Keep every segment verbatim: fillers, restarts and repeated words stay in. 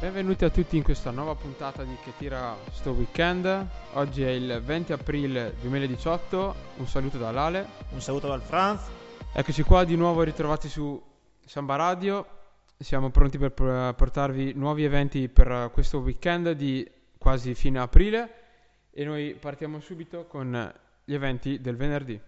Benvenuti a tutti in questa nuova puntata di Che tira sto weekend. Oggi è il venti aprile duemiladiciotto. Un saluto da Lale. Un saluto dal Franz. Eccoci qua di nuovo ritrovati su Samba Radio. Siamo pronti per portarvi nuovi eventi per questo weekend di quasi fine aprile e noi partiamo subito con gli eventi del venerdì.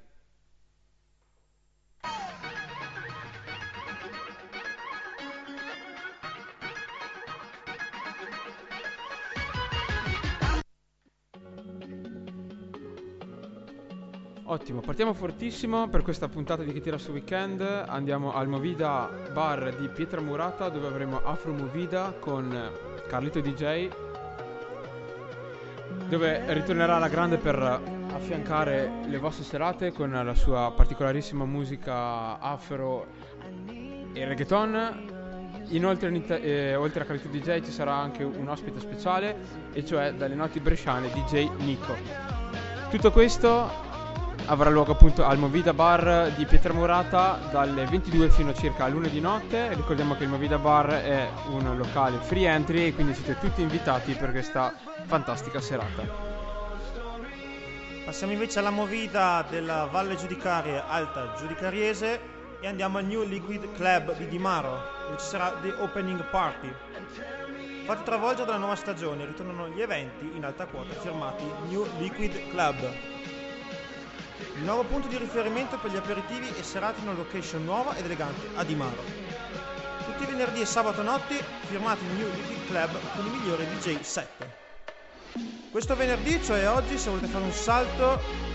Ottimo, partiamo fortissimo per questa puntata di Che tira su weekend. Andiamo al Movida Bar di Pietramurata, dove avremo Afro Movida con Carlito D J, dove ritornerà alla grande per affiancare le vostre serate con la sua particolarissima musica afro e reggaeton. Inoltre, eh, oltre a Carlito D J ci sarà anche un ospite speciale, e cioè dalle noti bresciane D J Nico. Tutto questo avrà luogo appunto al Movida Bar di Pietramurata dalle ventidue fino a circa all'una di notte. Ricordiamo che il Movida Bar è un locale free entry e quindi siete tutti invitati per questa fantastica serata. Passiamo invece alla Movida della Valle Giudicaria Alta Giudicariese e andiamo al New Liquid Club di Dimaro, dove ci sarà The Opening Party. Fate travolgere dalla nuova stagione, ritornano gli eventi in alta quota firmati New Liquid Club. Il nuovo punto di riferimento per gli aperitivi e serate in una location nuova ed elegante a Dimaro. Tutti i venerdì e sabato notti firmati il New Liquid Club con i migliori D J set. Questo venerdì, cioè oggi, se volete fare un salto,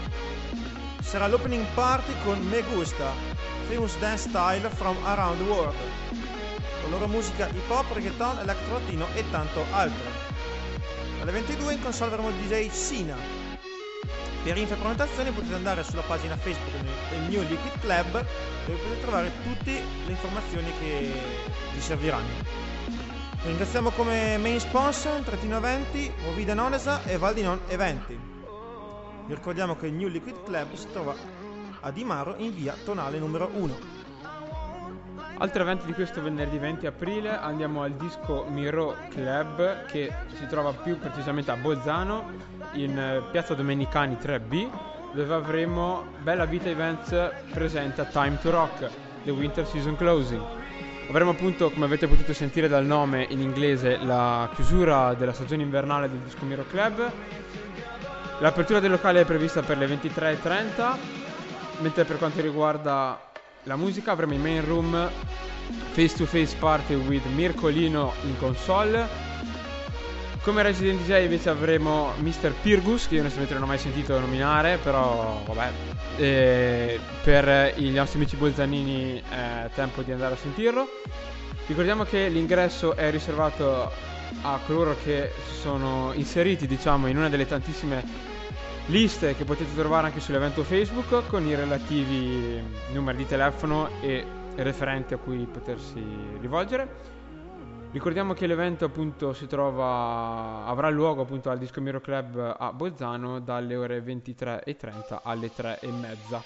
sarà l'opening party con Me Gusta, famous dance style from around the world, con loro musica hip hop, reggaeton, electro latino e tanto altro. Alle ventidue in console avremo il D J Sina. Per info e prenotazioni potete andare sulla pagina Facebook del New Liquid Club, dove potete trovare tutte le informazioni che vi serviranno. Ringraziamo come main sponsor Trentino Eventi, Movida Nonesa e Val di Non Eventi. Vi ricordiamo che il New Liquid Club si trova a Dimaro in via Tonale numero uno. Altri eventi di questo venerdì venti aprile, andiamo al Disco Miro Club, che si trova più precisamente a Bolzano in piazza Domenicani tre B, dove avremo Bella Vita Events presenta Time to Rock, The Winter Season Closing. Avremo appunto, come avete potuto sentire dal nome in inglese, la chiusura della stagione invernale del Disco Miro Club. L'apertura del locale è prevista per le ventitré e trenta, mentre per quanto riguarda la musica avremo in main room face to face party with Mircolino in console. Come resident D J invece avremo mister Pirgus, che io onestamente non ho mai sentito nominare, però vabbè, e per i nostri amici bolzanini è tempo di andare a sentirlo. Ricordiamo che l'ingresso è riservato a coloro che si sono inseriti, diciamo, in una delle tantissime liste che potete trovare anche sull'evento Facebook, con i relativi numeri di telefono e referenti a cui potersi rivolgere. Ricordiamo che l'evento appunto si trova avrà luogo appunto al Disco Miro Club a Bolzano dalle ore ventitré e trenta alle tre e mezza.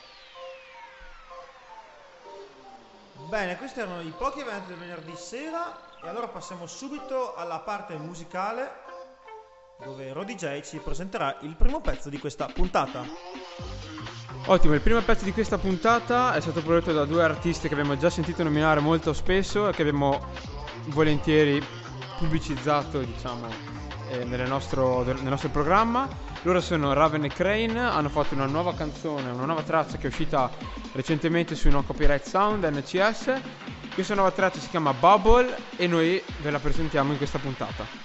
Bene, questi erano i pochi eventi del venerdì sera e allora passiamo subito alla parte musicale, dove Ro D J ci presenterà il primo pezzo di questa puntata. Ottimo, il primo pezzo di questa puntata è stato prodotto da due artisti che abbiamo già sentito nominare molto spesso e che abbiamo volentieri pubblicizzato, diciamo, eh, nelle nostro, nel nostro programma. Loro sono Raven e Crane, hanno fatto una nuova canzone, una nuova traccia che è uscita recentemente su Non Copyright Sound N C S. Questa nuova traccia si chiama Bubble e noi ve la presentiamo in questa puntata.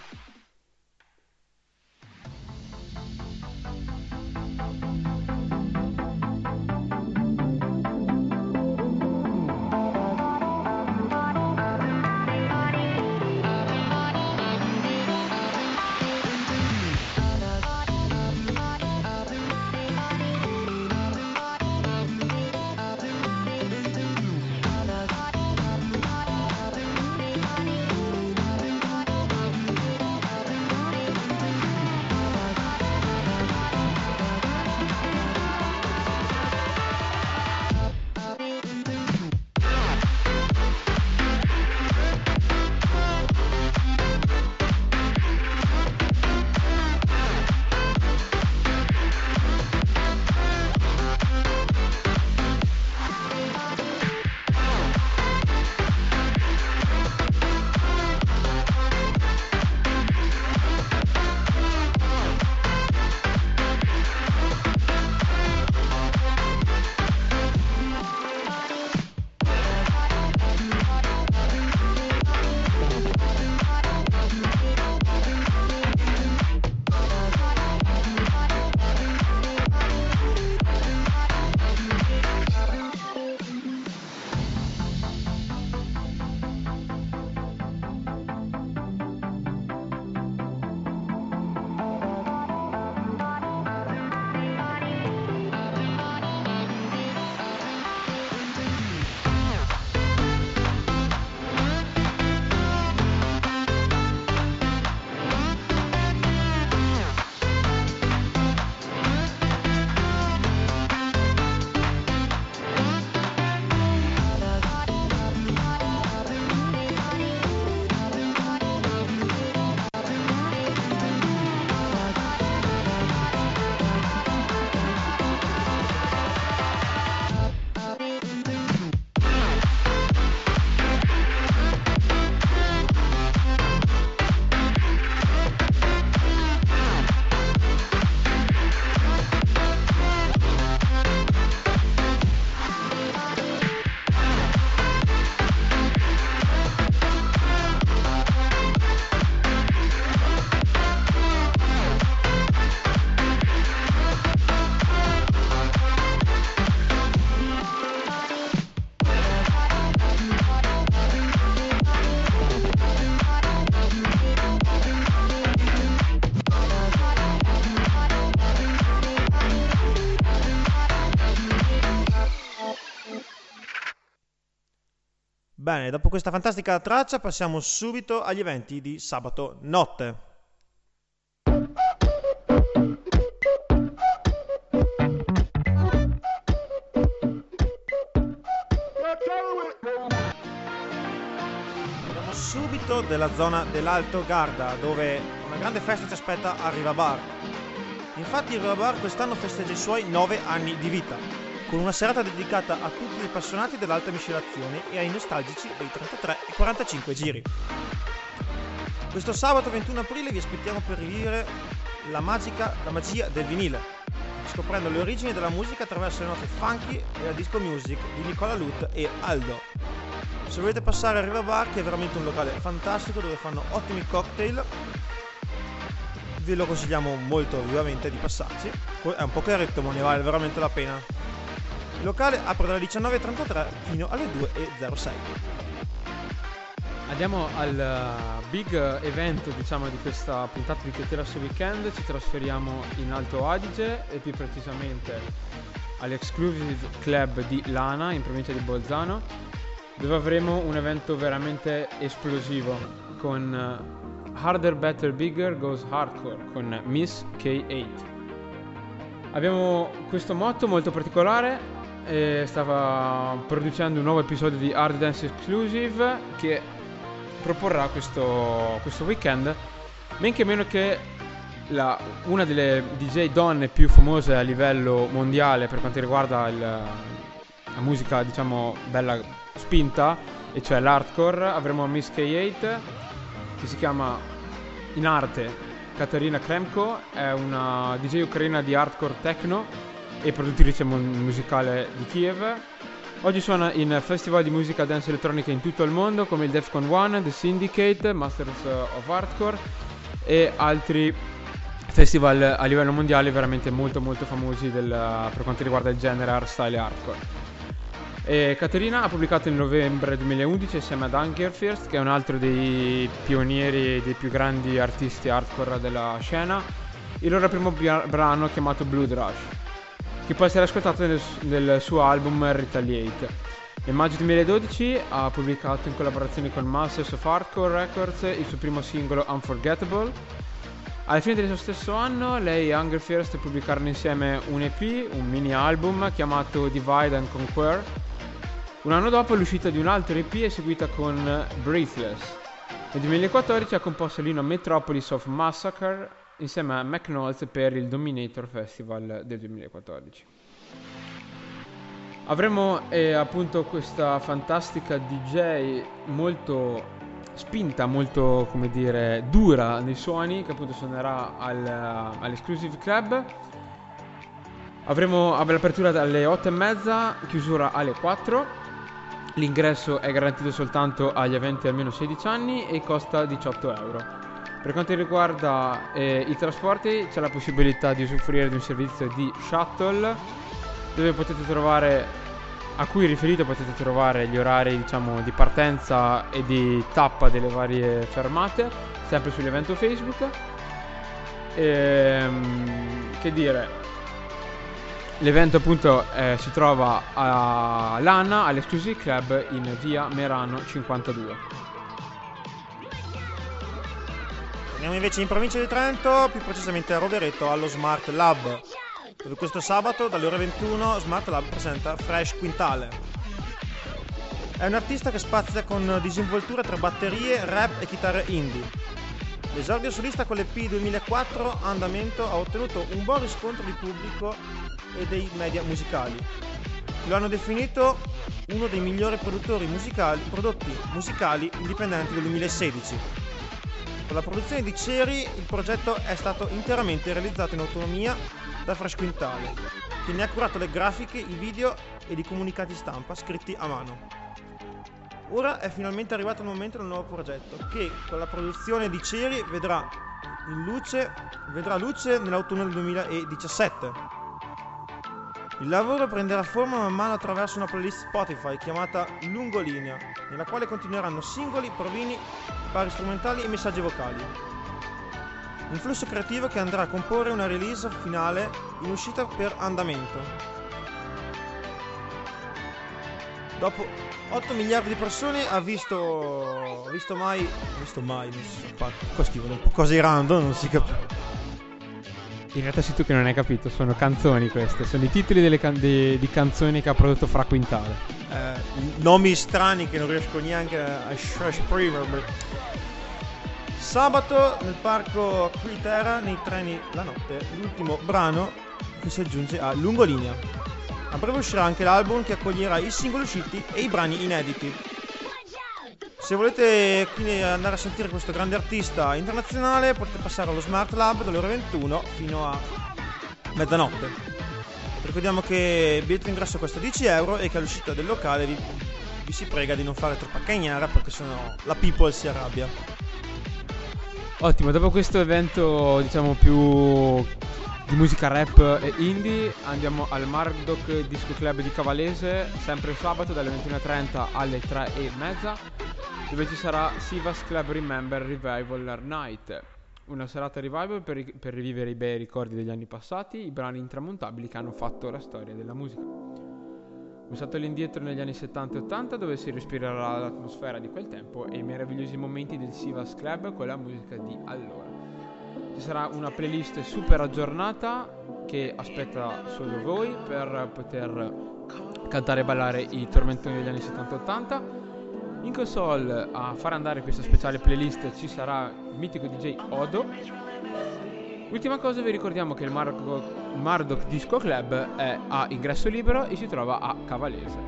Bene, dopo questa fantastica traccia passiamo subito agli eventi di sabato notte. Andiamo subito della zona dell'Alto Garda, dove una grande festa ci aspetta a Riva Bar. Infatti Riva Bar quest'anno festeggia i suoi nove anni di vita, con una serata dedicata a tutti gli appassionati dell'alta miscelazione e ai nostalgici dei trentatré e quarantacinque giri. Questo sabato ventuno aprile vi aspettiamo per rivivere la, magica, la magia del vinile, scoprendo le origini della musica attraverso le note funky e la disco music di Nicola Lut e Aldo. Se volete passare a Riva Bar, che è veramente un locale fantastico dove fanno ottimi cocktail, ve lo consigliamo molto vivamente di passarci. È un po' caretto, ma ne vale veramente la pena. Il locale apre dalle diciannove e trentatré fino alle due e zero sei. Andiamo al big evento, diciamo, di questa puntata di Chiacchierasse Weekend. Ci trasferiamo in Alto Adige e più precisamente all'Exclusive Club di Lana in provincia di Bolzano, dove avremo un evento veramente esplosivo con Harder, Better, Bigger Goes Hardcore con Miss K otto. Abbiamo questo motto molto particolare e stava producendo un nuovo episodio di Hard Dance Exclusive che proporrà questo, questo weekend, men che meno che la, una delle D J donne più famose a livello mondiale per quanto riguarda il, la musica, diciamo, bella spinta, e cioè l'hardcore. Avremo Miss K otto, che si chiama in arte Katarina Kremko, è una D J ucraina di hardcore techno e produttrice musicale di Kiev. Oggi suona in festival di musica dance elettronica in tutto il mondo come il Defcon uno, The Syndicate, Masters of Hardcore e altri festival a livello mondiale veramente molto molto famosi del, per quanto riguarda il genere hardstyle hardcore. E Caterina ha pubblicato nel novembre duemilaundici assieme ad Angerfirst, che è un altro dei pionieri e dei più grandi artisti hardcore della scena, il loro primo brano chiamato Blood Rush, che può essere ascoltato nel, nel suo album Retaliate. Nel maggio duemiladodici ha pubblicato in collaborazione con Masters of Hardcore Records il suo primo singolo Unforgettable. Alla fine dello stesso anno lei e Angerfirst pubblicarono insieme un E P, un mini album chiamato Divide and Conquer. Un anno dopo l'uscita di un altro E P è seguita con Breathless. Nel duemilaquattordici ha composto l'inno Metropolis of Massacre insieme a McNulty per il Dominator Festival del duemilaquattordici. Avremo eh, appunto questa fantastica D J molto spinta, molto, come dire, dura nei suoni, che appunto suonerà al, all'Exclusive Club. Avremo l'apertura dalle otto e mezza, chiusura alle quattro. L'ingresso è garantito soltanto agli aventi almeno sedici anni e costa diciotto euro. Per quanto riguarda eh, i trasporti, c'è la possibilità di usufruire di un servizio di shuttle, dove potete trovare, a cui riferito potete trovare gli orari, diciamo, di partenza e di tappa delle varie fermate, sempre sull'evento Facebook. Ehm, che dire, l'evento appunto eh, si trova a Lana, all'Exclusive Club in via Merano cinquantadue. Torniamo invece in provincia di Trento, più precisamente a Rovereto, allo Smart Lab, dove questo sabato dalle ore ventuno Smart Lab presenta Fresh Quintale. È un artista che spazia con disinvoltura tra batterie, rap e chitarre indie. L'esordio solista con l'E P duemilaquattro Andamento ha ottenuto un buon riscontro di pubblico e dei media musicali. Lo hanno definito uno dei migliori produttori musicali, prodotti musicali indipendenti del duemilasedici. Con la produzione di Ceri il progetto è stato interamente realizzato in autonomia da Fresh Quintale, che ne ha curato le grafiche, i video ed i comunicati stampa scritti a mano. Ora è finalmente arrivato il momento del nuovo progetto, che con la produzione di Ceri vedrà in luce, vedrà luce nell'autunno del duemiladiciassette. Il lavoro prenderà forma man mano attraverso una playlist Spotify chiamata Lungolinea, nella quale continueranno singoli, provini, pari strumentali e messaggi vocali. Un flusso creativo che andrà a comporre una release finale in uscita per Andamento. dopo otto miliardi di persone ha visto, ha visto mai, ha visto mai, qua scrivono un po' cose random, non si capisce. In realtà sei tu che non hai capito, sono canzoni queste, sono i titoli delle can- di, di canzoni che ha prodotto Fra Quintale. Eh, nomi strani che non riesco neanche a esprimere. Sabato nel parco Quilterra, nei treni la notte, l'ultimo brano che si aggiunge a Lungolinea. A breve uscirà anche l'album che accoglierà i singoli usciti e i brani inediti. Se volete quindi andare a sentire questo grande artista internazionale, potete passare allo Smart Lab dalle ore ventuno fino a mezzanotte. Ricordiamo che il biglietto d'ingresso costa dieci euro e che all'uscita del locale vi, vi si prega di non fare troppa cagnara, perché sennò la people si arrabbia. Ottimo, dopo questo evento diciamo più di musica rap e indie andiamo al Marduk Disco Club di Cavalese, sempre il sabato dalle ventuno e trenta alle tre e mezza, dove ci sarà Sivas Club Remember Revival Night, una serata revival per, ri- per rivivere i bei ricordi degli anni passati, i brani intramontabili che hanno fatto la storia della musica. Un salto all'indietro negli anni settanta e ottanta, dove si respirerà l'atmosfera di quel tempo e i meravigliosi momenti del Sivas Club con la musica di allora. Ci sarà una playlist super aggiornata che aspetta solo voi per poter cantare e ballare i tormentoni degli anni settanta e ottanta. In console a far andare questa speciale playlist ci sarà il mitico D J Odo. Ultima cosa, vi ricordiamo che il Marduk, Marduk Disco Club è a ingresso libero e si trova a Cavalese.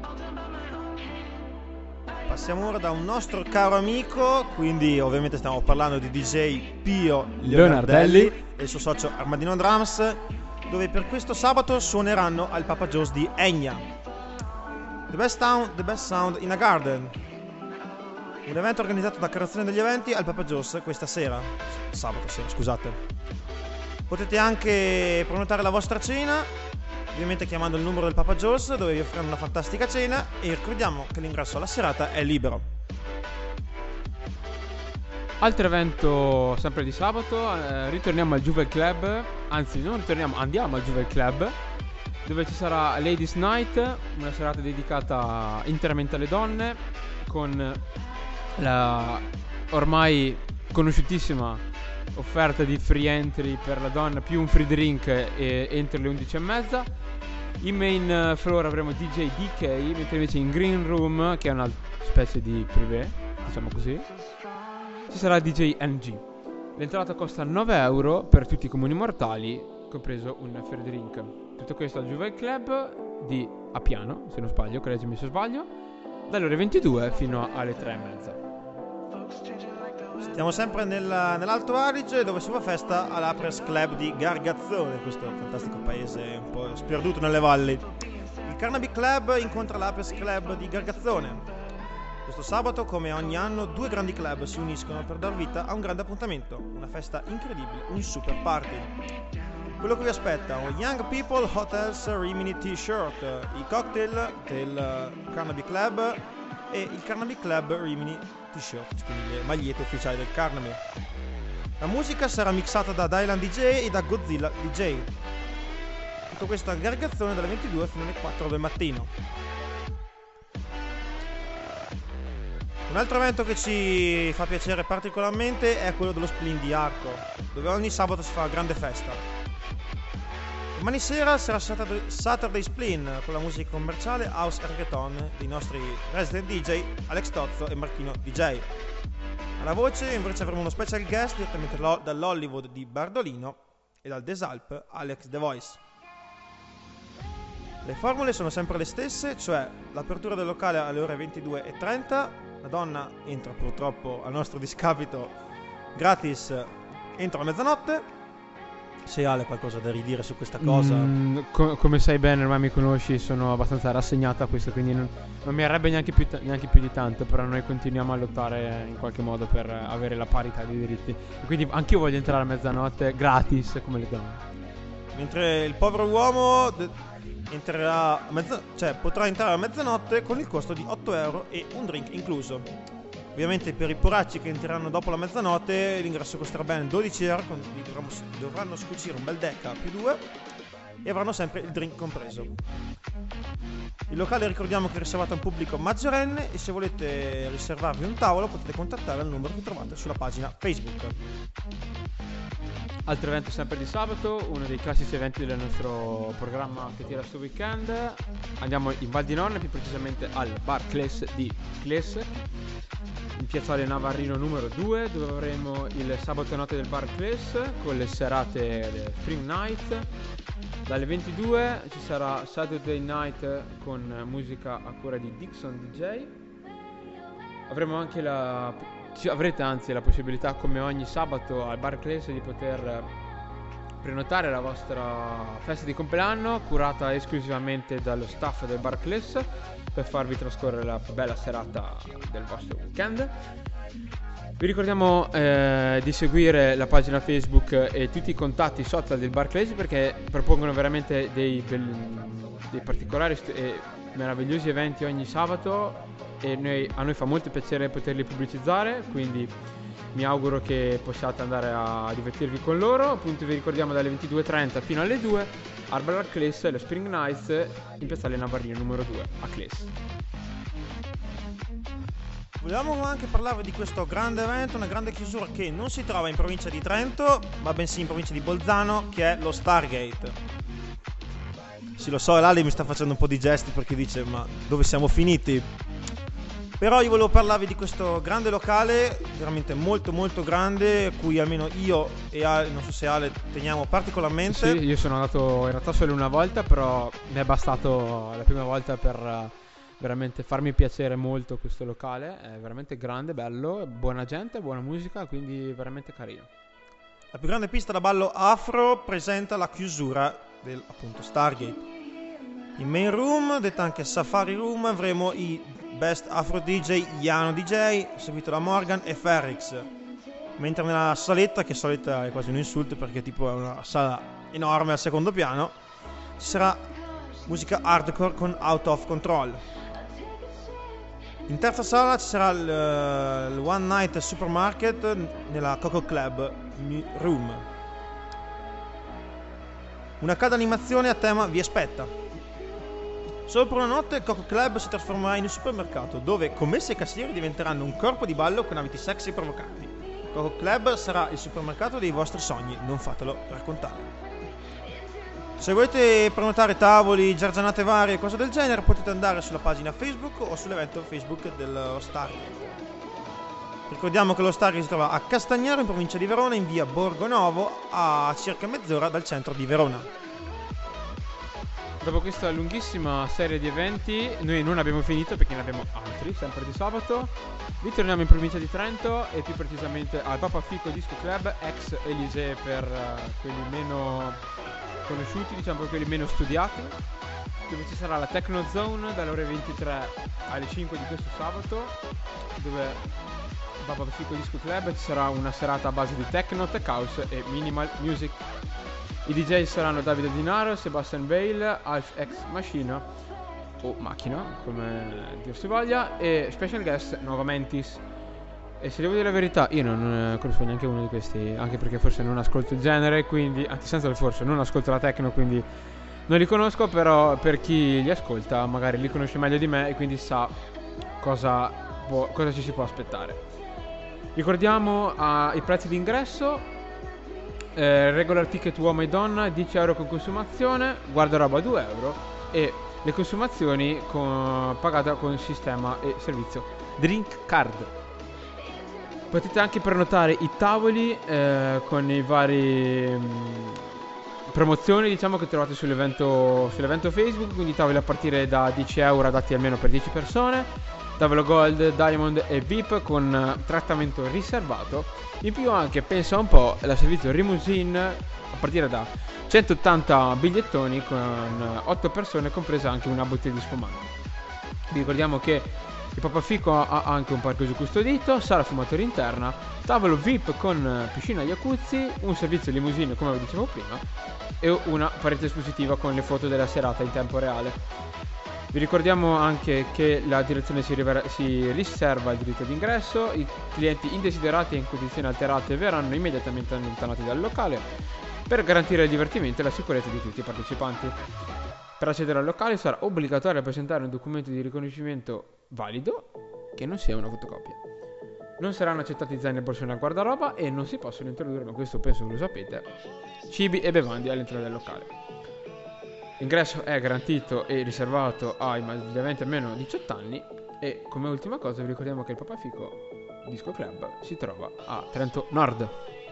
Passiamo ora da un nostro caro amico, quindi ovviamente stiamo parlando di D J Pio Leonardelli, Leonardelli. e il suo socio Armadino Drums, dove per questo sabato suoneranno al Papa Joe's di Egna. The Best Sound, the best sound in a Garden, un evento organizzato da Carrozzone degli Eventi al Papa Joe's questa sera, sabato sera, scusate. Potete anche prenotare la vostra cena, ovviamente chiamando il numero del Papa Joe's, dove vi offriranno una fantastica cena, e ricordiamo che l'ingresso alla serata è libero. Altro evento sempre di sabato, eh, ritorniamo al Juve Club, anzi non ritorniamo, andiamo al Juve Club, dove ci sarà Ladies Night, una serata dedicata interamente alle donne, con la ormai conosciutissima offerta di free entry per la donna più un free drink e entro le undici e mezza. In main floor avremo D J D K, mentre invece in green room, che è una specie di privé, diciamo così, ci sarà D J N G. L'entrata costa nove euro per tutti i comuni mortali, compreso un free drink. Tutto questo al Juve Club di Appiano, se non sbaglio, correggimi se sbaglio, dalle ore ventidue fino alle tre e mezza. Stiamo sempre nel, nell'Alto Adige, dove si fa festa all'Apres Club di Gargazzone, questo fantastico paese un po' sperduto nelle valli. Il Carnaby Club incontra l'Apres Club di Gargazzone. Questo sabato, come ogni anno, due grandi club si uniscono per dar vita a un grande appuntamento, una festa incredibile, un super party. Quello che vi aspetta: un Young People Hotels Rimini T-shirt, i cocktail del Carnaby Club e il Carnaby Club Rimini T-shirt, quindi le magliette ufficiali del Carnaby. La musica sarà mixata da Dylan D J e da Godzilla D J. Tutto questo a Gargazzone dalle ventidue fino alle quattro del mattino. Un altro evento che ci fa piacere particolarmente è quello dello Splin di Arco, dove ogni sabato si fa una grande festa. Domani sera sarà Saturday, Saturday Splin con la musica commerciale house e reggaeton dei nostri resident D J Alex Tozzo e Marchino D J. Alla voce invece avremo uno special guest direttamente lo, dall'Hollywood di Bardolino e dal Desalp Alex The Voice. Le formule sono sempre le stesse, cioè l'apertura del locale alle ore ventidue e trenta, la donna entra purtroppo al nostro discapito gratis entro la mezzanotte. Se Ale ha qualcosa da ridire su questa cosa. Mm, co- come sai bene, ormai mi conosci, sono abbastanza rassegnata a questo, quindi non, non mi arrebbe neanche più, t- neanche più di tanto, però noi continuiamo a lottare in qualche modo per avere la parità di diritti. E quindi anch'io voglio entrare a mezzanotte gratis come le donne. Mentre il povero uomo de- entrerà a mezza- cioè potrà entrare a mezzanotte con il costo di otto euro e un drink incluso. Ovviamente per i poracci che entreranno dopo la mezzanotte l'ingresso costerà ben dodici euro, con, dovranno, dovranno scucire un bel deca più due e avranno sempre il drink compreso. Il locale, ricordiamo che è riservato a un pubblico maggiorenne e se volete riservarvi un tavolo potete contattare il numero che trovate sulla pagina Facebook. Altro evento sempre di sabato, uno dei classici eventi del nostro programma che tira sto weekend. Andiamo in Val di Nonna, più precisamente al Bar Cles di Cles, in piazzale Navarrino numero due, dove avremo il sabato notte del Bar Cles con le serate le Spring Night. Dalle ventidue ci sarà Saturday Night con musica a cura di Dixon D J. Avremo anche la ci avrete anzi la possibilità, come ogni sabato al Bar Cles, di poter prenotare la vostra festa di compleanno curata esclusivamente dallo staff del Bar Cles per farvi trascorrere la più bella serata del vostro weekend. Vi ricordiamo eh, di seguire la pagina Facebook e tutti i contatti social del Bar Cles, perché propongono veramente dei, bel, dei particolari st- e meravigliosi eventi ogni sabato e noi, a noi fa molto piacere poterli pubblicizzare, quindi mi auguro che possiate andare a divertirvi con loro. Appunto vi ricordiamo dalle ventidue e trenta fino alle due al Bar Cles, lo Spring Nights in piazzale Navarrino numero due a Cles. Volevamo anche parlarvi di questo grande evento, una grande chiusura che non si trova in provincia di Trento, ma bensì in provincia di Bolzano, che è lo Stargate. Sì, lo so, l'Ali mi sta facendo un po' di gesti perché dice ma dove siamo finiti? Però io volevo parlarvi di questo grande locale, veramente molto molto grande, a cui almeno io e Ale, non so se Ale, teniamo particolarmente. Sì, io sono andato in realtà solo una volta, però mi è bastato la prima volta per uh, veramente farmi piacere molto questo locale. È veramente grande, bello, buona gente, buona musica, quindi veramente carino. La più grande pista da ballo afro presenta la chiusura del appunto Stargate. In main room, detta anche Safari Room, avremo i Best Afro D J Iano D J, seguito da Morgan e Ferrix. Mentre nella saletta, che saletta è quasi un insulto perché tipo è una sala enorme al secondo piano, ci sarà musica hardcore con Out of Control. In terza sala ci sarà il, il One Night Supermarket nella Coco Club Room. Una calda animazione a tema vi aspetta. Solo per una notte il Coco Club si trasformerà in un supermercato dove commesse e cassieri diventeranno un corpo di ballo con abiti sexy e provocanti. Coco Club sarà il supermercato dei vostri sogni, non fatelo raccontare. Se volete prenotare tavoli, giargianate varie e cose del genere, potete andare sulla pagina Facebook o sull'evento Facebook dello Stargate. Ricordiamo che lo Stargate si trova a Castagnaro, in provincia di Verona, in via Borgonovo, a circa mezz'ora dal centro di Verona. Dopo questa lunghissima serie di eventi, noi non abbiamo finito perché ne abbiamo altri, sempre di sabato. Ritorniamo in provincia di Trento e più precisamente al Papa Fico Disco Club, ex Elisee per uh, quelli meno conosciuti, diciamo per quelli meno studiati, dove ci sarà la Techno Zone dalle ore ventitré alle cinque di questo sabato, dove al Papa Fico Disco Club ci sarà una serata a base di techno, tech house e minimal music. I D J saranno Davide Dinaro, Sebastian Bale, Alf X Machina o Macchina, come dir si voglia, e special guest Nova Mentis. E se devo dire la verità, io non conosco neanche uno di questi, anche perché forse non ascolto il genere, quindi, anzi senza il forse, non ascolto la techno, quindi non li conosco, però per chi li ascolta magari li conosce meglio di me e quindi sa cosa, può, cosa ci si può aspettare. Ricordiamo uh, i prezzi di ingresso. Eh, regular ticket uomo e donna dieci euro con consumazione, guardaroba due euro e le consumazioni con, pagate con sistema e servizio Drink Card. Potete anche prenotare i tavoli eh, con i vari mh, promozioni, diciamo, che trovate sull'evento, sull'evento Facebook, quindi tavoli a partire da dieci euro adatti almeno per dieci persone, tavolo Gold, Diamond e V I P con trattamento riservato. In più anche, pensa un po', la servizio Limousine a partire da centottanta bigliettoni con otto persone, compresa anche una bottiglia di spumante. Vi ricordiamo che il Papa Fico ha anche un parcheggio custodito, sala fumatori interna, tavolo V I P con piscina jacuzzi, un servizio limousine come vi dicevo prima e una parete espositiva con le foto della serata in tempo reale. Vi ricordiamo anche che la direzione si, rivera- si riserva il diritto d'ingresso, i clienti indesiderati e in condizioni alterate verranno immediatamente allontanati dal locale per garantire il divertimento e la sicurezza di tutti i partecipanti. Per accedere al locale sarà obbligatorio presentare un documento di riconoscimento valido che non sia una fotocopia. Non saranno accettati zaini e borse nel guardaroba e non si possono introdurre, ma questo penso che lo sapete, cibi e bevande all'interno del locale. L'ingresso è garantito e riservato ai maggiori aventi almeno diciotto anni e come ultima cosa vi ricordiamo che il Papa Fico Disco Club si trova a Trento Nord.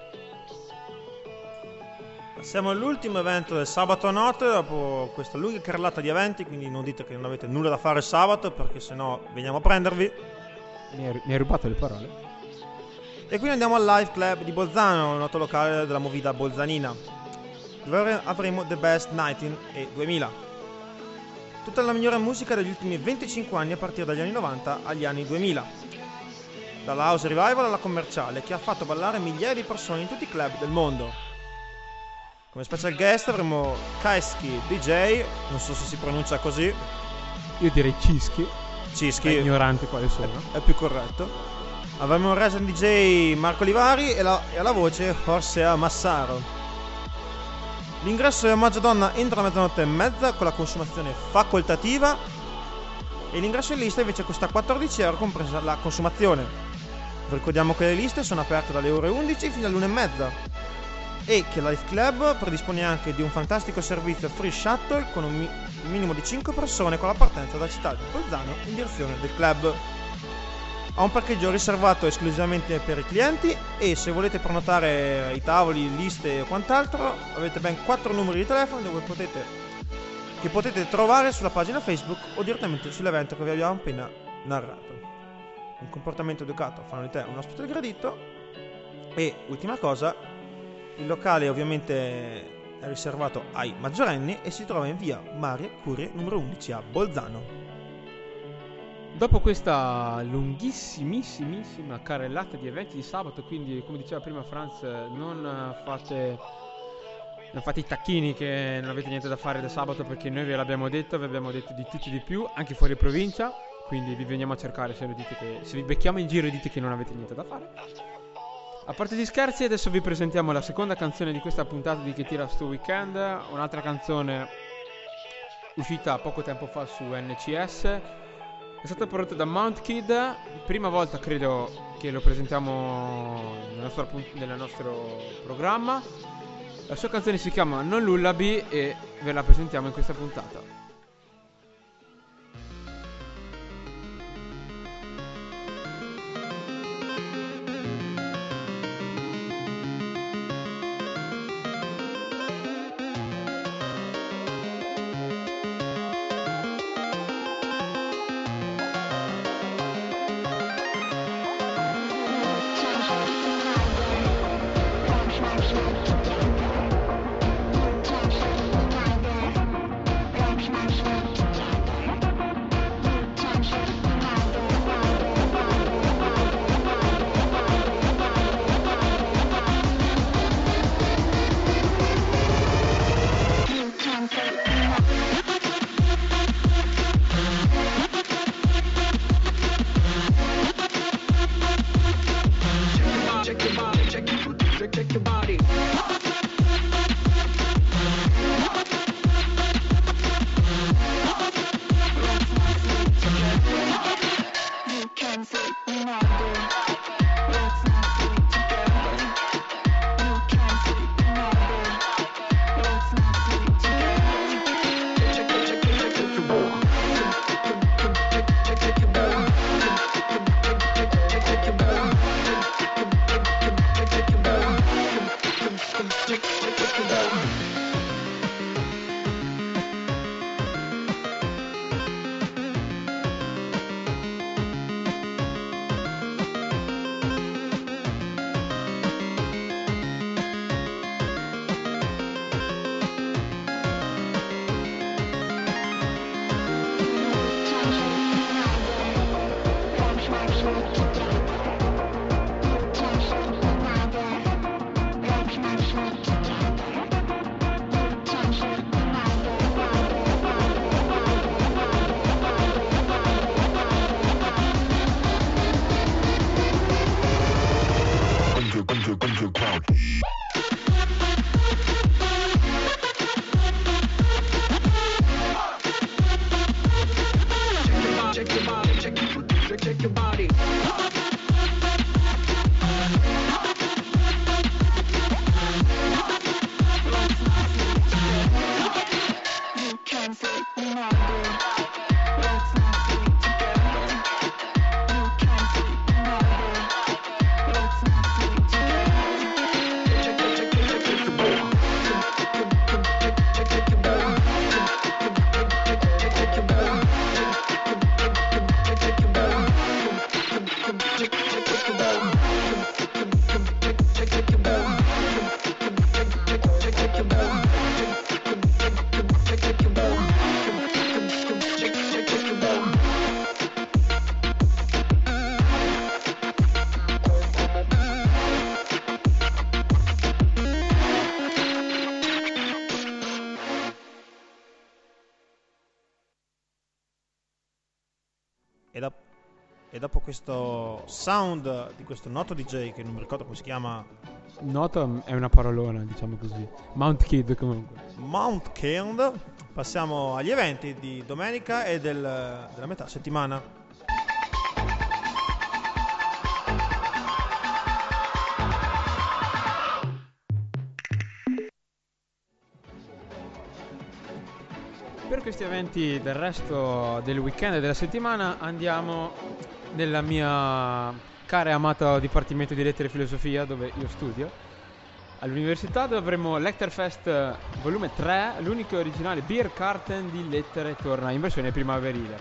Siamo all'ultimo evento del sabato notte dopo questa lunga carrellata di eventi, quindi non dite che non avete nulla da fare il sabato perché sennò veniamo a prendervi. Mi hai, mi hai rubato le parole. E quindi andiamo al Live Club di Bolzano, il noto locale della movida bolzanina, dove avremo The Best nineteen e duemila. Tutta la migliore musica degli ultimi venticinque anni a partire dagli anni novanta agli anni duemila. Dalla house revival alla commerciale che ha fatto ballare migliaia di persone in tutti i club del mondo. Come special guest avremo Kaiski D J, non so se si pronuncia così. Io direi Cischi. Cischi. È ignorante quale sono. È, è più corretto. Avremo il resident D J Marco Livari e, la, e alla voce Orsea Massaro. L'ingresso è a omaggio donna entro la mezzanotte e mezza con la consumazione facoltativa e l'ingresso in lista invece costa quattordici euro compresa la consumazione. Vi ricordiamo che le liste sono aperte dalle ore undici fino all'una e mezza. E che Life Club predispone anche di un fantastico servizio free shuttle con un, mi- un minimo di cinque persone con la partenza dalla città di Bolzano in direzione del club. Ha un parcheggio riservato esclusivamente per i clienti e se volete prenotare i tavoli, liste o quant'altro avete ben quattro numeri di telefono dove potete, che potete trovare sulla pagina Facebook o direttamente sull'evento che vi abbiamo appena narrato. Un comportamento educato fanno di te un ospite gradito. E ultima cosa, il locale ovviamente è riservato ai maggiorenni e si trova in via Maria Curie numero undici a Bolzano. Dopo questa lunghissimissima carrellata di eventi di sabato, quindi come diceva prima Franz, non fate, non fate i tacchini che non avete niente da fare da sabato, perché noi ve l'abbiamo detto, vi abbiamo detto di tutti di più, anche fuori provincia, quindi vi veniamo a cercare se, dite che, se vi becchiamo in giro e dite che non avete niente da fare. A parte gli scherzi, adesso vi presentiamo la seconda canzone di questa puntata di Che tira sto weekend, un'altra canzone uscita poco tempo fa su N C S, è stata prodotta da Mount Kid, prima volta credo che lo presentiamo nel nostro, nel nostro programma. La sua canzone si chiama Non Lullaby e ve la presentiamo in questa puntata. Touch E, da- e dopo questo sound di questo noto D J, che non mi ricordo come si chiama, Noto è una parolona, diciamo così. Mount Kid comunque. Mount Kend, passiamo agli eventi di domenica e del- della metà settimana. Per questi eventi del resto del weekend e della settimana andiamo nella mia cara e amata Dipartimento di Lettere e Filosofia, dove io studio, all'università, dove avremo Letterfest volume tre, l'unico originale beer carton di lettere torna in versione primaverile.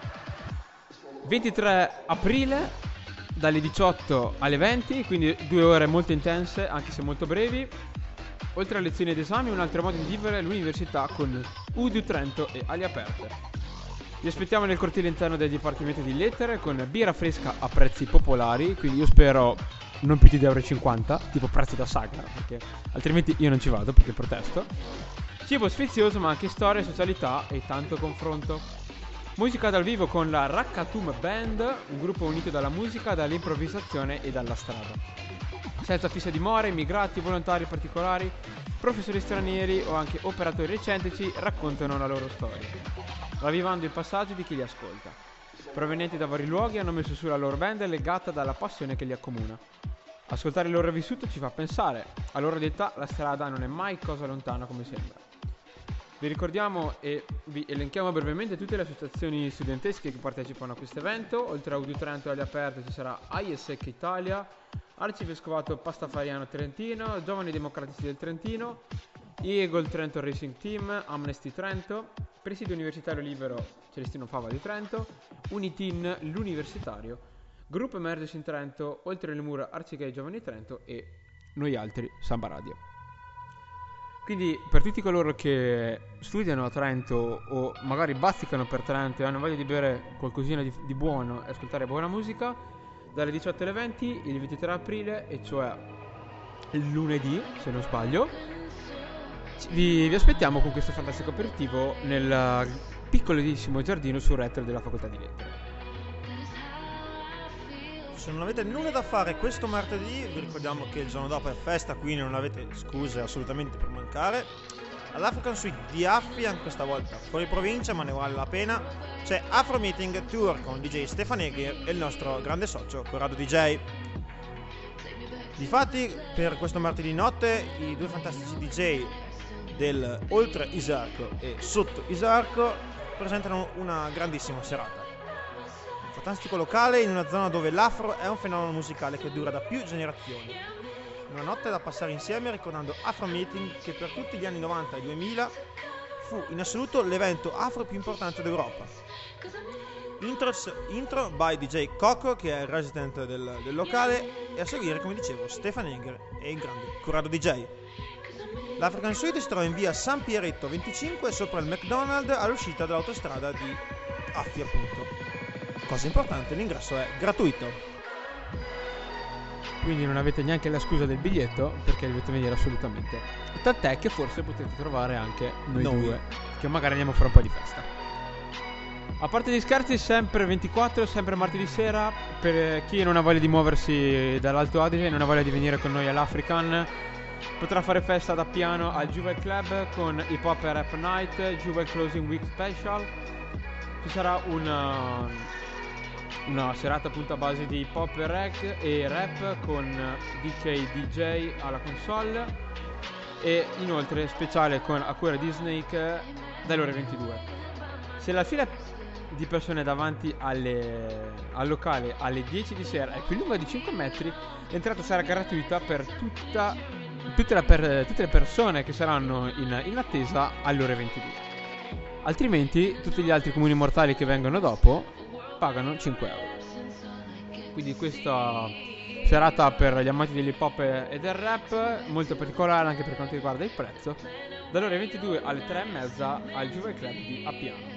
ventitré aprile, dalle diciotto alle venti, quindi due ore molto intense, anche se molto brevi. Oltre a lezioni ed esami, un altro modo di vivere l'università con U D U Trento e ali aperte. Vi aspettiamo nel cortile interno del Dipartimento di Lettere con birra fresca a prezzi popolari, quindi io spero non più di due euro e cinquanta, tipo prezzo da sagra, perché altrimenti io non ci vado perché protesto. Cibo sfizioso, ma anche storia, socialità e tanto confronto. Musica dal vivo con la Raccatum Band, un gruppo unito dalla musica, dall'improvvisazione e dalla strada. Senza fissa dimora, immigrati, volontari particolari, professori stranieri o anche operatori eccentrici raccontano la loro storia, ravvivando il passaggio di chi li ascolta. Provenienti da vari luoghi, hanno messo su la loro band legata dalla passione che li accomuna. Ascoltare il loro vissuto ci fa pensare, a loro età la strada non è mai cosa lontana come sembra. Vi ricordiamo e vi elenchiamo brevemente tutte le associazioni studentesche che partecipano a questo evento. Oltre a U D U Trento e ali aperte ci sarà A I E S E C Italia, Arcivescovato Pastafariano Trentino, Giovani Democratici del Trentino, Eagle Trento Racing Team, Amnesty Trento, Presidio Universitario Libero Celestino Fava di Trento, Unitin l'Universitario, Gruppo Emerges in Trento, Oltre le Mura Arcigay Giovani Trento e noi altri Samba Radio. Quindi per tutti coloro che studiano a Trento o magari bazzicano per Trento e hanno voglia di bere qualcosina di, di buono e ascoltare buona musica, dalle diciotto alle venti il ventitré aprile, e cioè il lunedì se non sbaglio, vi, vi aspettiamo con questo fantastico aperitivo nel piccolissimo giardino sul retro della facoltà di lettere. Se non avete nulla da fare questo martedì, vi ricordiamo che il giorno dopo è festa, quindi non avete scuse assolutamente per mancare. All'African Suite di Affi, anche questa volta fuori provincia, ma ne vale la pena, c'è Afro Meeting Tour con D J Stefan Egger e il nostro grande socio Corrado D J. Difatti, per questo martedì notte, i due fantastici D J del Oltre Isarco e Sotto Isarco presentano una grandissima serata. Un fantastico locale in una zona dove l'afro è un fenomeno musicale che dura da più generazioni. Una notte da passare insieme ricordando Afro Meeting, che per tutti gli anni novanta e duemila fu in assoluto l'evento afro più importante d'Europa. Intro, intro by D J Coco, che è il resident del, del locale, e a seguire, come dicevo, Stefan Egger e il grande Corrado D J. L'African Suite si trova in via San Pieretto venticinque, sopra il McDonald's, all'uscita dall'autostrada di Affi, appunto. Cosa importante, l'ingresso è gratuito. Quindi non avete neanche la scusa del biglietto, perché dovete venire assolutamente. Tant'è che forse potete trovare anche noi, noi due, che magari andiamo a fare un po' di festa. A parte gli scherzi, sempre ventiquattro, sempre martedì sera, per chi non ha voglia di muoversi dall'Alto Adige e non ha voglia di venire con noi all'African, potrà fare festa da piano al Juve Club con Hip Hop e Rap Night, Juve Closing Week Special. Ci sarà una... una serata appunto a base di pop e rap, e rap con D K D J alla console, e inoltre speciale con a cura di Snake dalle ore ventidue. Se la fila di persone davanti alle, al locale alle dieci di sera è più lunga di cinque metri, l'entrata sarà gratuita per tutta, tutte, la per, tutte le persone che saranno in, in attesa alle ore ventidue. Altrimenti tutti gli altri comuni mortali che vengono dopo pagano cinque euro. Quindi questa serata per gli amanti dell'hip hop e del rap, molto particolare anche per quanto riguarda il prezzo, dalle ore ventidue alle tre e mezza al Juve Club di Appiano.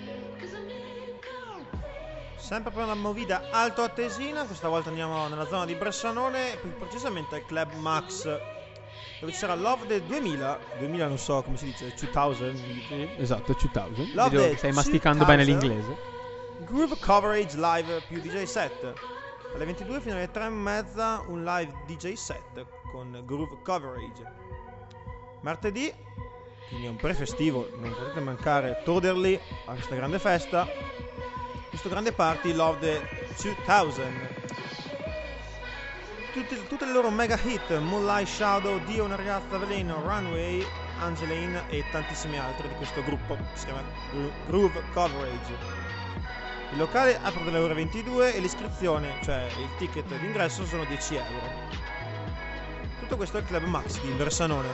Sempre per una movida alto attesina, questa volta andiamo nella zona di Bressanone, più precisamente al Club Max, dove ci sarà Love del duemila, duemila non so come si dice, duemila. Sì, esatto, duemila. Love Vedo che stai masticando bene l'inglese. Groove Coverage Live più D J set. Alle ventidue fino alle tre e mezza un live D J set con Groove Coverage. Martedì, quindi è un pre-festivo, non potete mancare torderli a questa grande festa, questo grande party Love the duemila. Tutte, tutte le loro mega hit, Moonlight Shadow, Dio, una ragazza, Veleno, Runway, Angeline e tantissime altre di questo gruppo che si chiama Groove Coverage. Il locale apre dalle ore ventidue e l'iscrizione, cioè il ticket d'ingresso, sono dieci euro. Tutto questo è il Club Max di Versanone.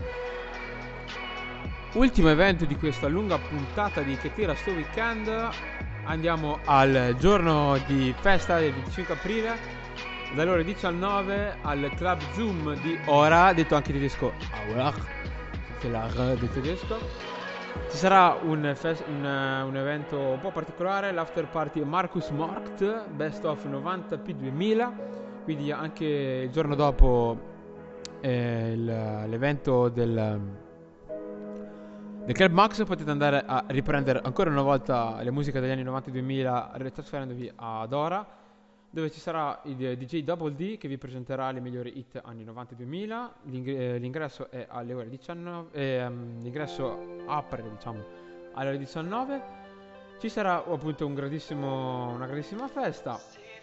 Ultimo evento di questa lunga puntata di Che tira sto weekend. Andiamo al giorno di festa del venticinque aprile, dalle ore diciannove al Club Zoom di Ora, detto anche tedesco Aurach, che la R del tedesco. Ci sarà un, fest- un, un evento un po' particolare, l'after party Marcus Markt Best of novanta P duemila, quindi anche il giorno dopo eh, il, l'evento del, del Club Max potete andare a riprendere ancora una volta le musiche degli anni novanta duemila trasferendovi ad Ora, dove ci sarà il D J Double D che vi presenterà le migliori hit anni novanta duemila. L'ing- l'ingresso è alle ore diciannove, eh, um, l'ingresso apre, diciamo, alle ore diciannove. Ci sarà appunto un grandissimo, una grandissima festa.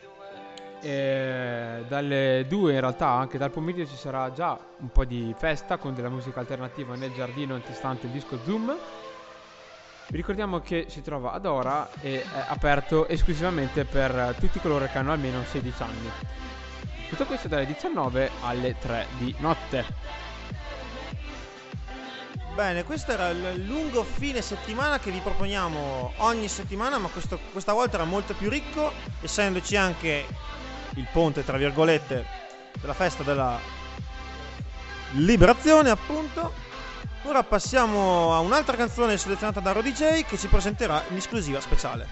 E dalle due, in realtà anche dal pomeriggio, ci sarà già un po' di festa con della musica alternativa nel giardino antistante il disco Zoom. Vi ricordiamo che si trova ad Ora e è aperto esclusivamente per tutti coloro che hanno almeno sedici anni. Tutto questo dalle diciannove alle tre di notte. Bene, questo era il lungo fine settimana che vi proponiamo ogni settimana, ma questo, questa volta era molto più ricco, essendoci anche il ponte, tra virgolette, della festa della liberazione, appunto. Ora passiamo a un'altra canzone selezionata da Ro D J che ci presenterà in esclusiva speciale.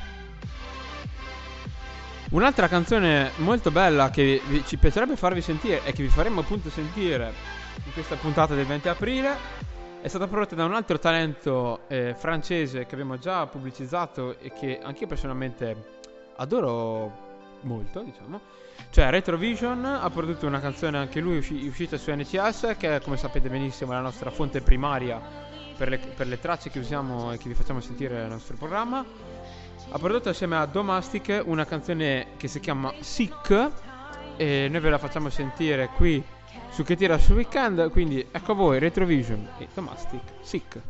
Un'altra canzone molto bella che vi, ci piacerebbe farvi sentire e che vi faremo appunto sentire in questa puntata del venti aprile è stata prodotta da un altro talento eh, francese che abbiamo già pubblicizzato e che anch'io personalmente adoro molto, diciamo. Cioè Retrovision ha prodotto una canzone anche lui usci- uscita su N C S, che è, come sapete benissimo, la nostra fonte primaria per le, per le tracce che usiamo e che vi facciamo sentire nel nostro programma. Ha prodotto assieme a Domastic una canzone che si chiama Sick e noi ve la facciamo sentire qui su Che tira sul weekend, quindi ecco a voi Retrovision e Domastic, Sick.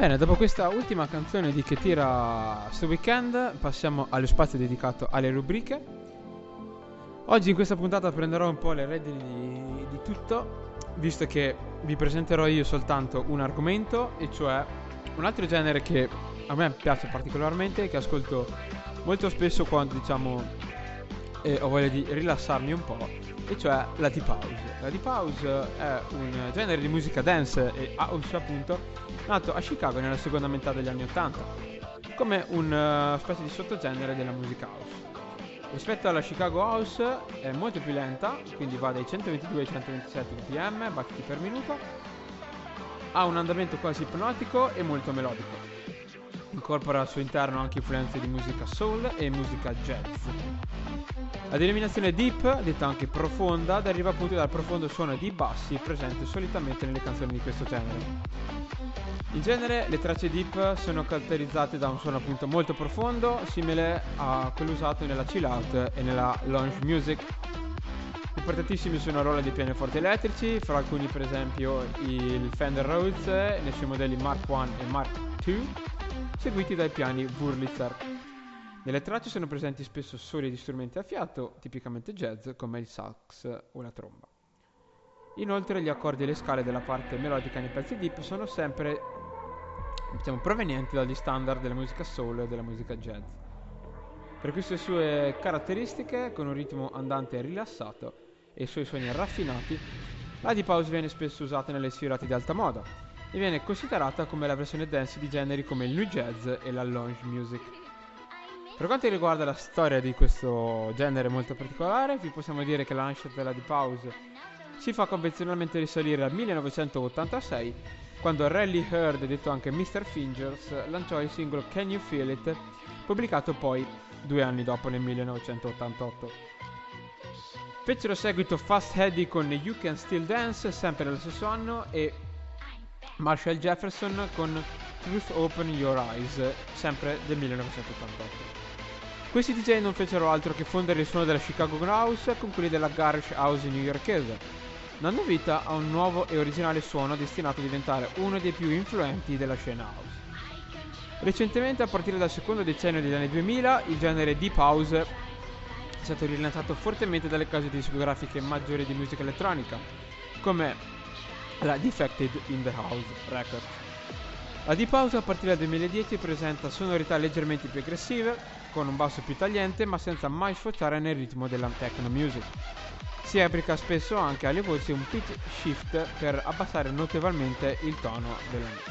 Bene, dopo questa ultima canzone di Che tira sto weekend, passiamo allo spazio dedicato alle rubriche. Oggi in questa puntata prenderò un po' le redini di, di tutto, visto che vi presenterò io soltanto un argomento, e cioè un altro genere che a me piace particolarmente, che ascolto molto spesso quando, diciamo, eh, ho voglia di rilassarmi un po', e cioè la deep house. La deep house è un genere di musica dance e house, appunto, nato a Chicago nella seconda metà degli anni ottanta, come una uh, specie di sottogenere della musica house. Rispetto alla Chicago House è molto più lenta, quindi va dai centoventidue ai centoventisette bpm, battiti per minuto, ha un andamento quasi ipnotico e molto melodico. Incorpora al suo interno anche influenze di musica soul e musica jazz. La denominazione deep, detta anche profonda, deriva appunto dal profondo suono di bassi presente solitamente nelle canzoni di questo genere. In genere le tracce deep sono caratterizzate da un suono appunto molto profondo, simile a quello usato nella chill out e nella lounge music. Importantissimi sono il ruolo dei pianoforti elettrici, fra alcuni per esempio il Fender Rhodes nei suoi modelli Mark uno e Mark due, seguiti dai piani Wurlitzer. Nelle tracce sono presenti spesso soli di strumenti a fiato, tipicamente jazz, come il sax o la tromba. Inoltre gli accordi e le scale della parte melodica nei pezzi deep sono sempre, diciamo, provenienti dagli standard della musica soul e della musica jazz. Per queste sue caratteristiche, con un ritmo andante e rilassato e i suoi suoni raffinati, la deep house viene spesso usata nelle sfilate di alta moda e viene considerata come la versione dance di generi come il new jazz e la lounge music. Per quanto riguarda la storia di questo genere molto particolare, vi possiamo dire che la nascita della deep house si fa convenzionalmente risalire al millenovecentottantasei, quando Rally Heard, detto anche mister Fingers, lanciò il singolo Can You Feel It, pubblicato poi due anni dopo, nel millenovecentottantotto. Fecero seguito Fast Eddie con You Can Still Dance, sempre nello stesso anno, e Marshall Jefferson con Truth Open Your Eyes, sempre del millenovecentottantotto. Questi D J non fecero altro che fondere il suono della Chicago House con quelli della Garage House newyorkese, dando vita a un nuovo e originale suono destinato a diventare uno dei più influenti della scena house. Recentemente, a partire dal secondo decennio degli anni duemila, il genere deep house è stato rilanciato fortemente dalle case discografiche maggiori di musica elettronica, come la Defected in the House Records. La deep house a partire dal duemiladieci presenta sonorità leggermente più aggressive, con un basso più tagliente, ma senza mai sfociare nel ritmo della techno music. Si applica spesso anche alle voci un pitch shift per abbassare notevolmente il tono della musica.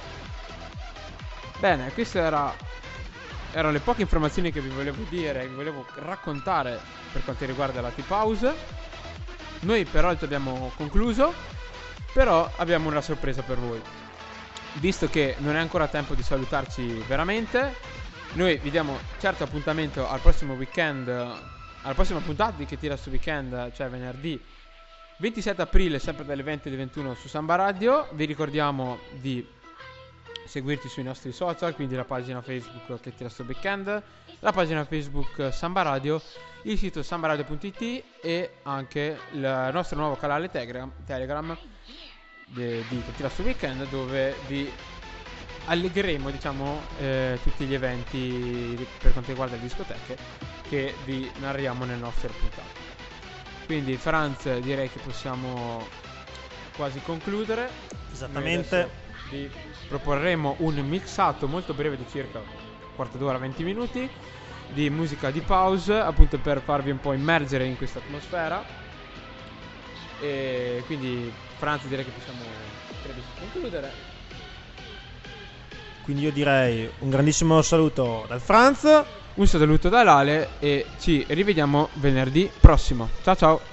Bene, queste era, erano le poche informazioni che vi volevo dire, che vi volevo raccontare per quanto riguarda la deep house. Noi peraltro abbiamo concluso, però abbiamo una sorpresa per voi. Visto che non è ancora tempo di salutarci veramente, noi vi diamo certo appuntamento al prossimo weekend, alla prossima puntata di Che tira sto weekend, cioè venerdì ventisette aprile, sempre dalle venti alle ventuno su Samba Radio. Vi ricordiamo di seguirci sui nostri social, quindi la pagina Facebook Che tira sto weekend, la pagina Facebook Samba Radio, il sito sambaradio punto it e anche il nostro nuovo canale Telegram, Telegram di, di Che tira sto weekend, dove vi allegheremo, diciamo, eh, tutti gli eventi per quanto riguarda le discoteche che vi narriamo nelle nostre puntate. Quindi Franz, direi che possiamo quasi concludere. Esattamente. Vi proporremo un mixato molto breve di circa quarto d'ora, venti minuti di musica di pause, appunto per farvi un po' immergere in questa atmosfera. E quindi Franz, direi che possiamo credo concludere. Quindi io direi un grandissimo saluto dal Franz, un saluto da Lale e ci rivediamo venerdì prossimo. Ciao ciao.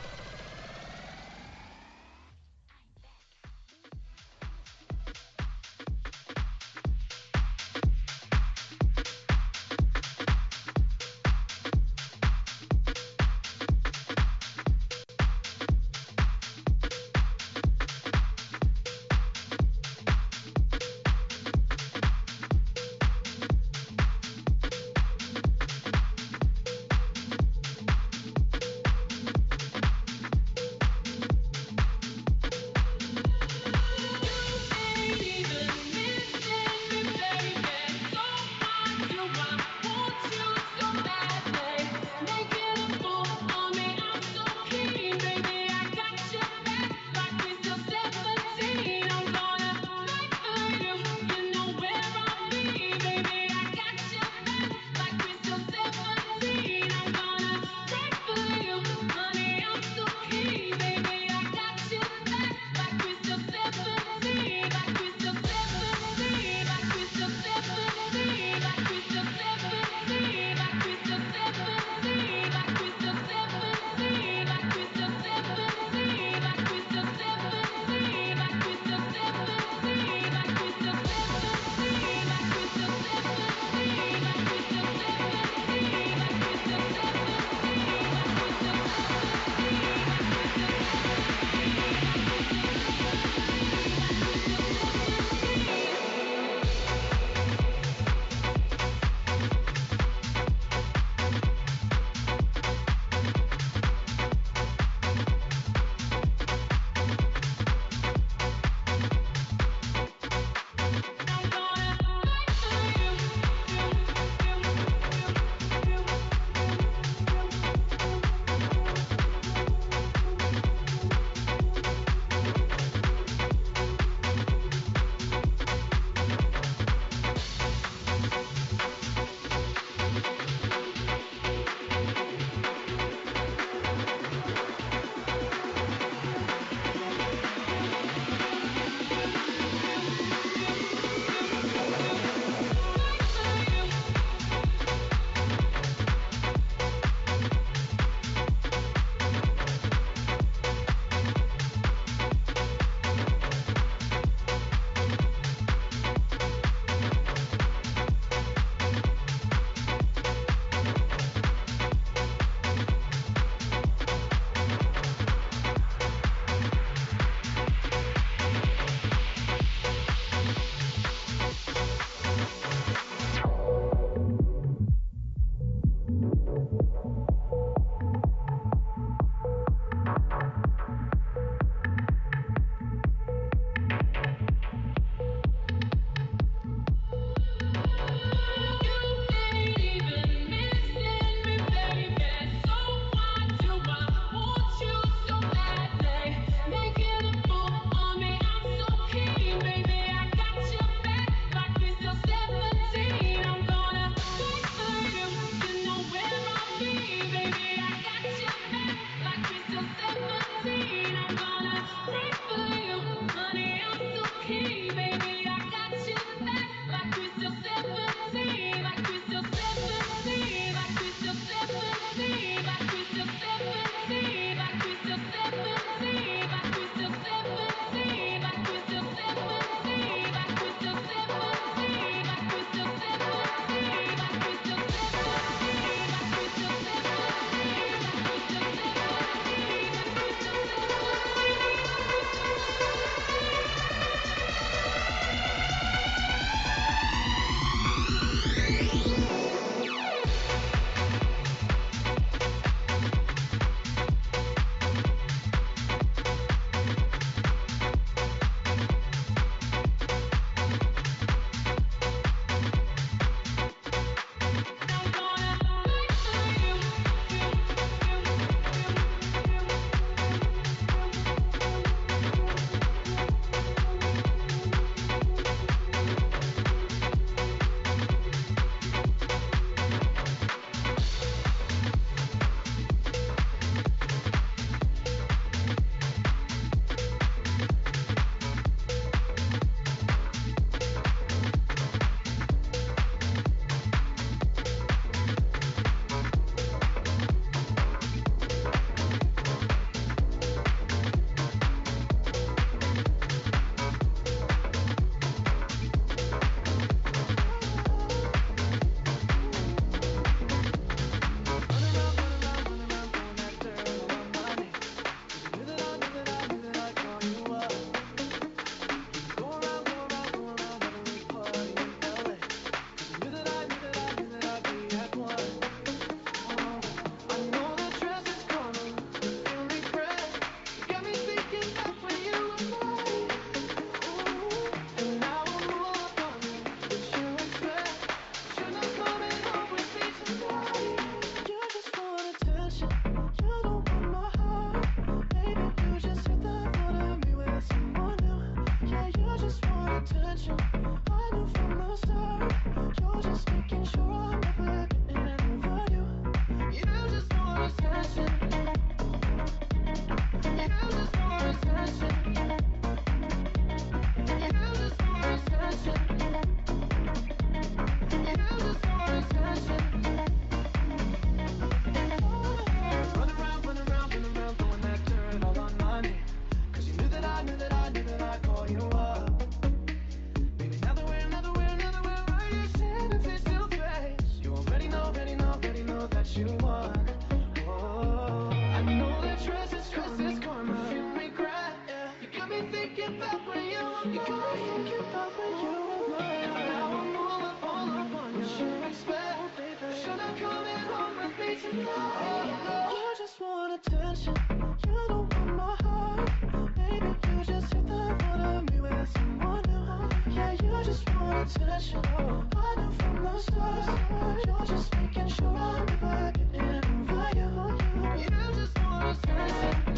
you want. Oh, I know that stress is stress is karma. You regret, yeah. You got me thinking about when you were You got me thinking about when you were mine. Now I'm all up, all up on you. What you expect, baby? Should I come in home with me tonight? You just want attention. You don't want my heart. Maybe you just hit the thought of me with someone new. Yeah, you just want attention. I knew from the start. You're just making sure I'm never getting over you. You just want attention.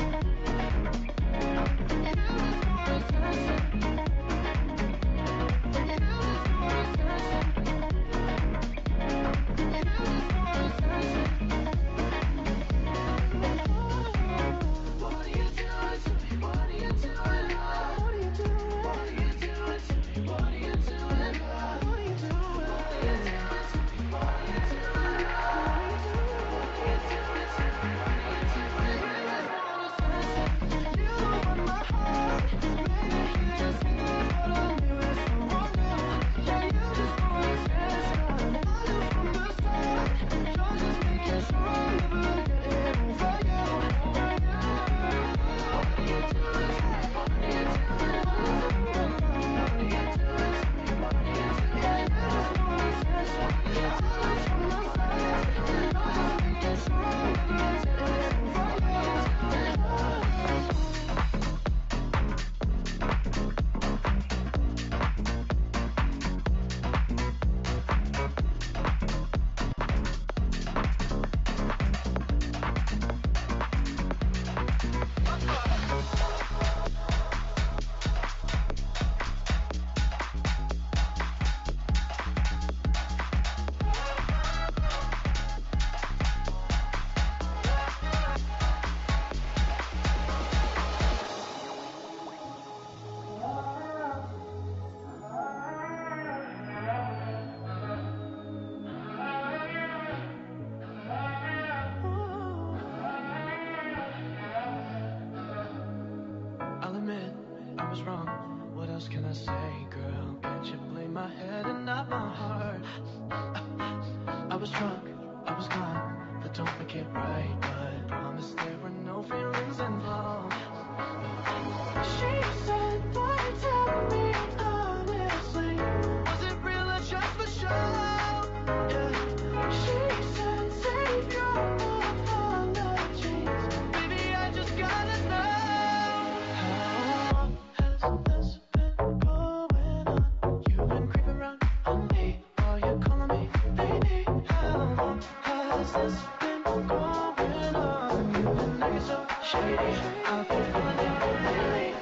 You just want attention. You just want attention. You just want attention. What are you doing to me? What are you doing? What are you doing? What are you doing to me? What are you doing? What are you doing? What are you doing to me? What are you doing? What are you doing? What are you doing to me? What are you doing? You don't want my heart. Maybe you just hit the thought of me with someone new. Yeah, you just want attention. I knew from the start. You're just making sure I'm never getting over you. What are you doing? What are you doing? What are you doing? What are you doing to me? What are you doing? Yeah, you just want attention. I knew from the start. You're just making sure I'm never getting over you. I'll admit I was wrong. What else can I say, girl? Can't you blame my head and not my heart? I was drunk, I was gone, but don't make it right. But promise there were no feelings involved. She said, why you tell me honestly? Was it real or just for show? Yeah. She said, save your apologies. Baby, I just gotta know. How long has this been going on? You've been creeping around on me while you're calling me baby. How long has this been going on? You've been acting so shady. I've been feeling it lately.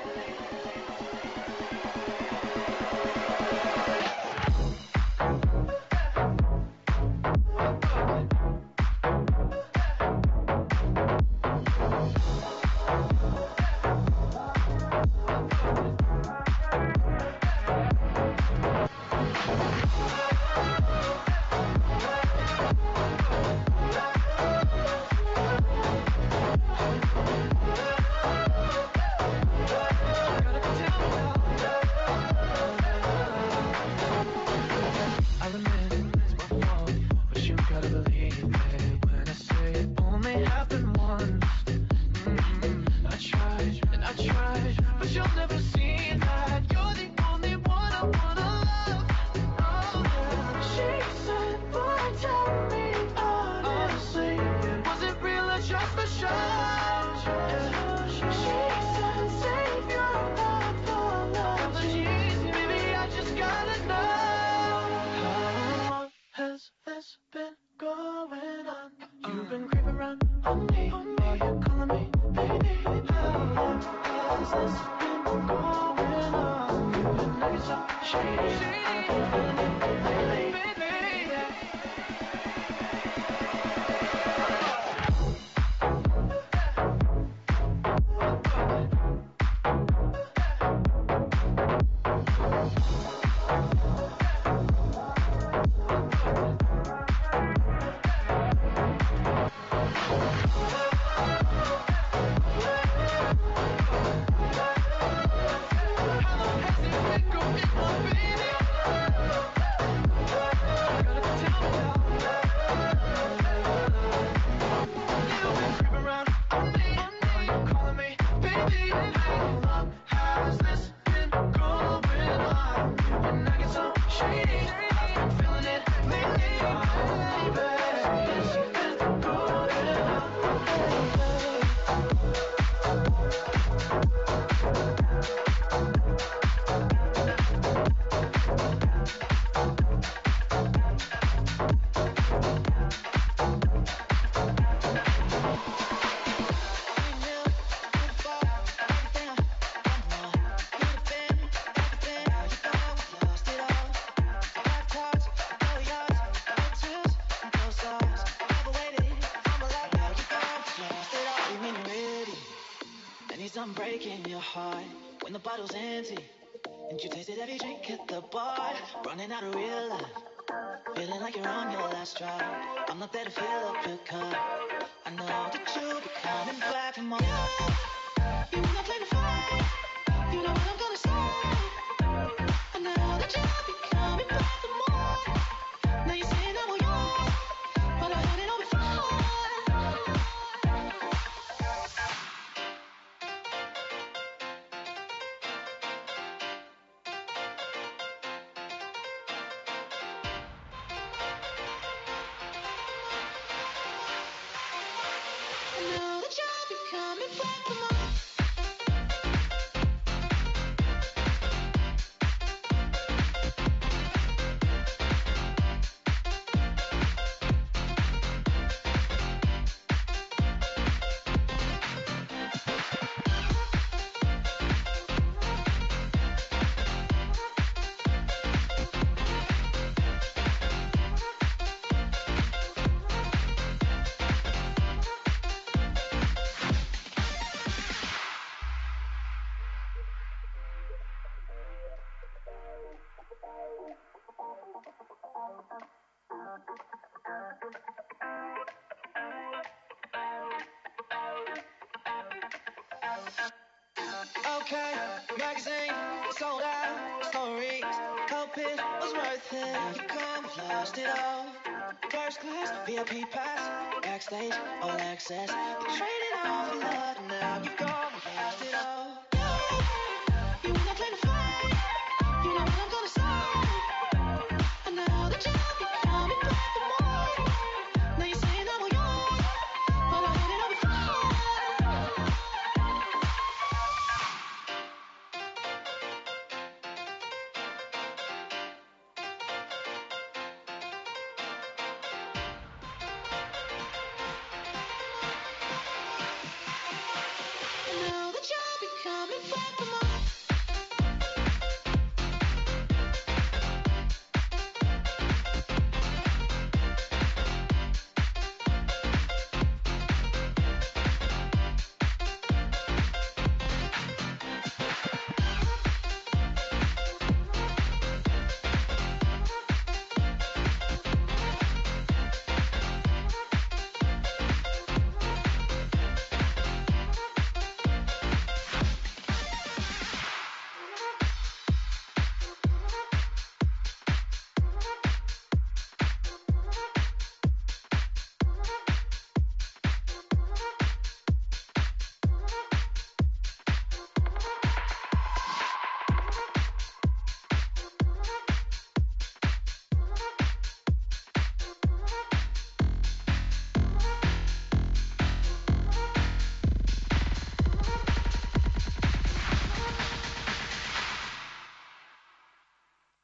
I'll admit it's my fault, but you gotta believe it when I say it only happened once. Mm-hmm. I tried and I tried, but you'll never see that. You're the only one I wanna love. Oh, yeah. She said, boy, tell me honestly, was it real or just for show? Yeah. She said, save your apologies. Baby, I just gotta know. How long has this been going on? You've been creeping around on me while you're calling me baby. How long has this been going on? You've been acting so shady. I've been feeling it lately, baby. How long has it been going on, baby? I'm breaking your heart when the bottle's empty and you tasted every drink at the bar, running out of real life, feeling like you're on your last drop. I'm not there to fill up your cup. I know that you'll be coming back for more. You wanna play the fight, you know what I'm gonna say. I know that you'll be coming back for more. Now you're saying I'm all yours, but I heard it all before. Okay, magazine, sold out, stories, hope it was worth it. You come, lost it all. First class, V I P pass, backstage, all access. You're trading all for love, now you've gone, lost it all.